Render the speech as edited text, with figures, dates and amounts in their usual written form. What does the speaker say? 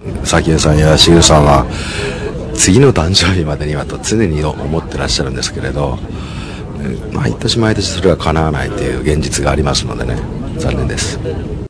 早紀江さんやしげるさんは次の誕生日までにはと常に思ってらっしゃるんですけれど、毎年毎年それは叶わないという現実がありますのでね、残念です。